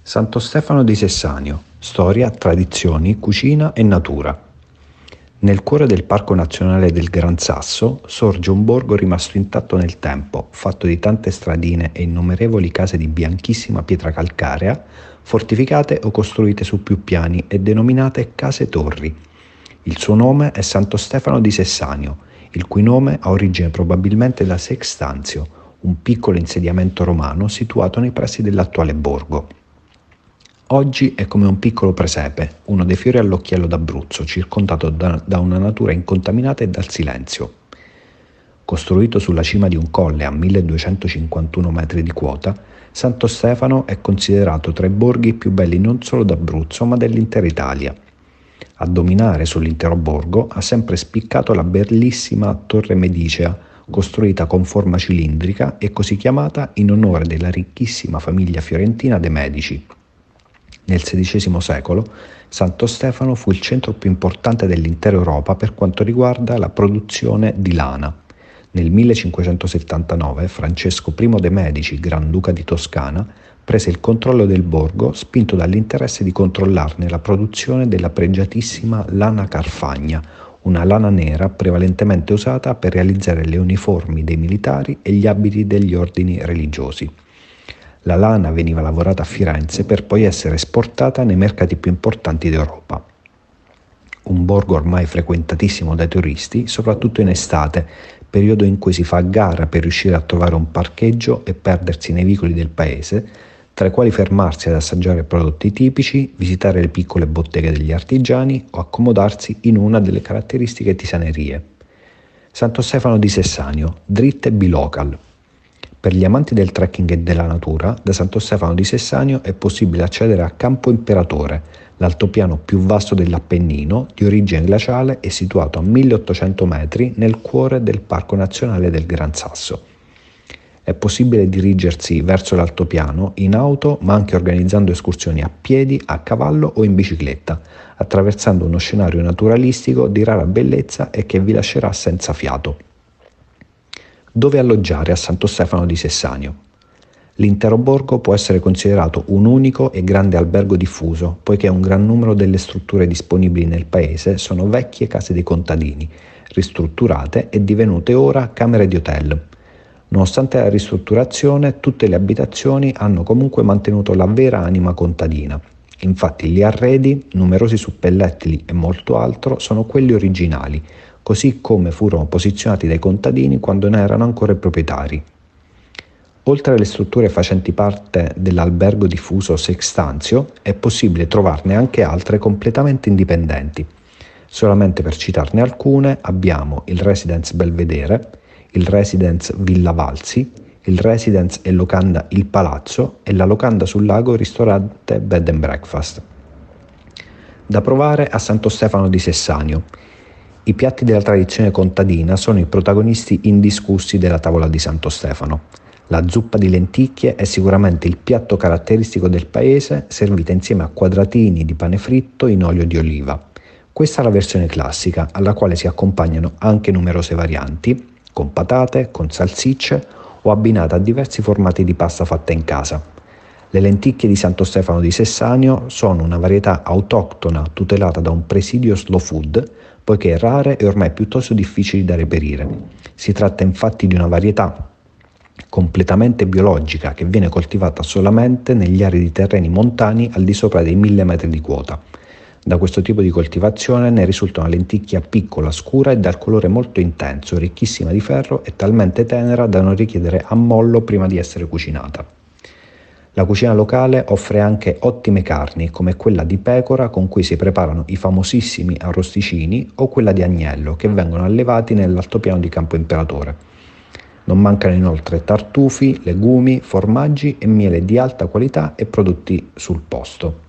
Santo Stefano di Sessanio: storia, tradizioni, cucina e natura. Nel cuore del Parco Nazionale del Gran Sasso sorge un borgo rimasto intatto nel tempo, fatto di tante stradine e innumerevoli case di bianchissima pietra calcarea, fortificate o costruite su più piani e denominate case-torri. Il suo nome è Santo Stefano di Sessanio, il cui nome ha origine probabilmente da Sextanzio, un piccolo insediamento romano situato nei pressi dell'attuale borgo. Oggi è come un piccolo presepe, uno dei fiori all'occhiello d'Abruzzo, circondato da una natura incontaminata e dal silenzio. Costruito sulla cima di un colle a 1251 metri di quota, Santo Stefano è considerato tra i borghi più belli non solo d'Abruzzo ma dell'intera Italia. A dominare sull'intero borgo ha sempre spiccato la bellissima Torre Medicea, costruita con forma cilindrica e così chiamata in onore della ricchissima famiglia fiorentina de' Medici. Nel XVI secolo, Santo Stefano fu il centro più importante dell'intera Europa per quanto riguarda la produzione di lana. Nel 1579 Francesco I de' Medici, Granduca di Toscana, prese il controllo del borgo, spinto dall'interesse di controllarne la produzione della pregiatissima lana Carfagna, una lana nera prevalentemente usata per realizzare le uniformi dei militari e gli abiti degli ordini religiosi. La lana veniva lavorata a Firenze per poi essere esportata nei mercati più importanti d'Europa. Un borgo ormai frequentatissimo dai turisti, soprattutto in estate, periodo in cui si fa a gara per riuscire a trovare un parcheggio e perdersi nei vicoli del paese, tra i quali fermarsi ad assaggiare prodotti tipici, visitare le piccole botteghe degli artigiani o accomodarsi in una delle caratteristiche tisanerie. Santo Stefano di Sessanio, dritte bilocal. Per gli amanti del trekking e della natura, da Santo Stefano di Sessanio è possibile accedere a Campo Imperatore, l'altopiano più vasto dell'Appennino, di origine glaciale e situato a 1800 metri nel cuore del Parco Nazionale del Gran Sasso. È possibile dirigersi verso l'altopiano in auto, ma anche organizzando escursioni a piedi, a cavallo o in bicicletta, attraversando uno scenario naturalistico di rara bellezza e che vi lascerà senza fiato. Dove alloggiare a Santo Stefano di Sessanio? L'intero borgo può essere considerato un unico e grande albergo diffuso, poiché un gran numero delle strutture disponibili nel paese sono vecchie case dei contadini, ristrutturate e divenute ora camere di hotel. Nonostante la ristrutturazione, tutte le abitazioni hanno comunque mantenuto la vera anima contadina. Infatti gli arredi, numerosi suppellettili e molto altro, sono quelli originali, così come furono posizionati dai contadini quando ne erano ancora i proprietari. Oltre alle strutture facenti parte dell'albergo diffuso Sextanzio, è possibile trovarne anche altre completamente indipendenti. Solamente per citarne alcune abbiamo il Residence Belvedere, il Residence Villa Valsi, il Residence e locanda Il Palazzo e la locanda sul lago ristorante Bed and Breakfast. Da provare a Santo Stefano di Sessanio. I piatti della tradizione contadina sono i protagonisti indiscussi della tavola di Santo Stefano. La zuppa di lenticchie è sicuramente il piatto caratteristico del paese, servita insieme a quadratini di pane fritto in olio di oliva. Questa è la versione classica, alla quale si accompagnano anche numerose varianti, con patate, con salsicce o abbinata a diversi formati di pasta fatta in casa. Le lenticchie di Santo Stefano di Sessanio sono una varietà autoctona tutelata da un presidio slow food, poiché rare e ormai piuttosto difficili da reperire. Si tratta infatti di una varietà completamente biologica che viene coltivata solamente negli aridi terreni montani al di sopra dei 1000 metri di quota. Da questo tipo di coltivazione ne risulta una lenticchia piccola, scura e dal colore molto intenso, ricchissima di ferro e talmente tenera da non richiedere ammollo prima di essere cucinata. La cucina locale offre anche ottime carni, come quella di pecora con cui si preparano i famosissimi arrosticini o quella di agnello, che vengono allevati nell'altopiano di Campo Imperatore. Non mancano inoltre tartufi, legumi, formaggi e miele di alta qualità e prodotti sul posto.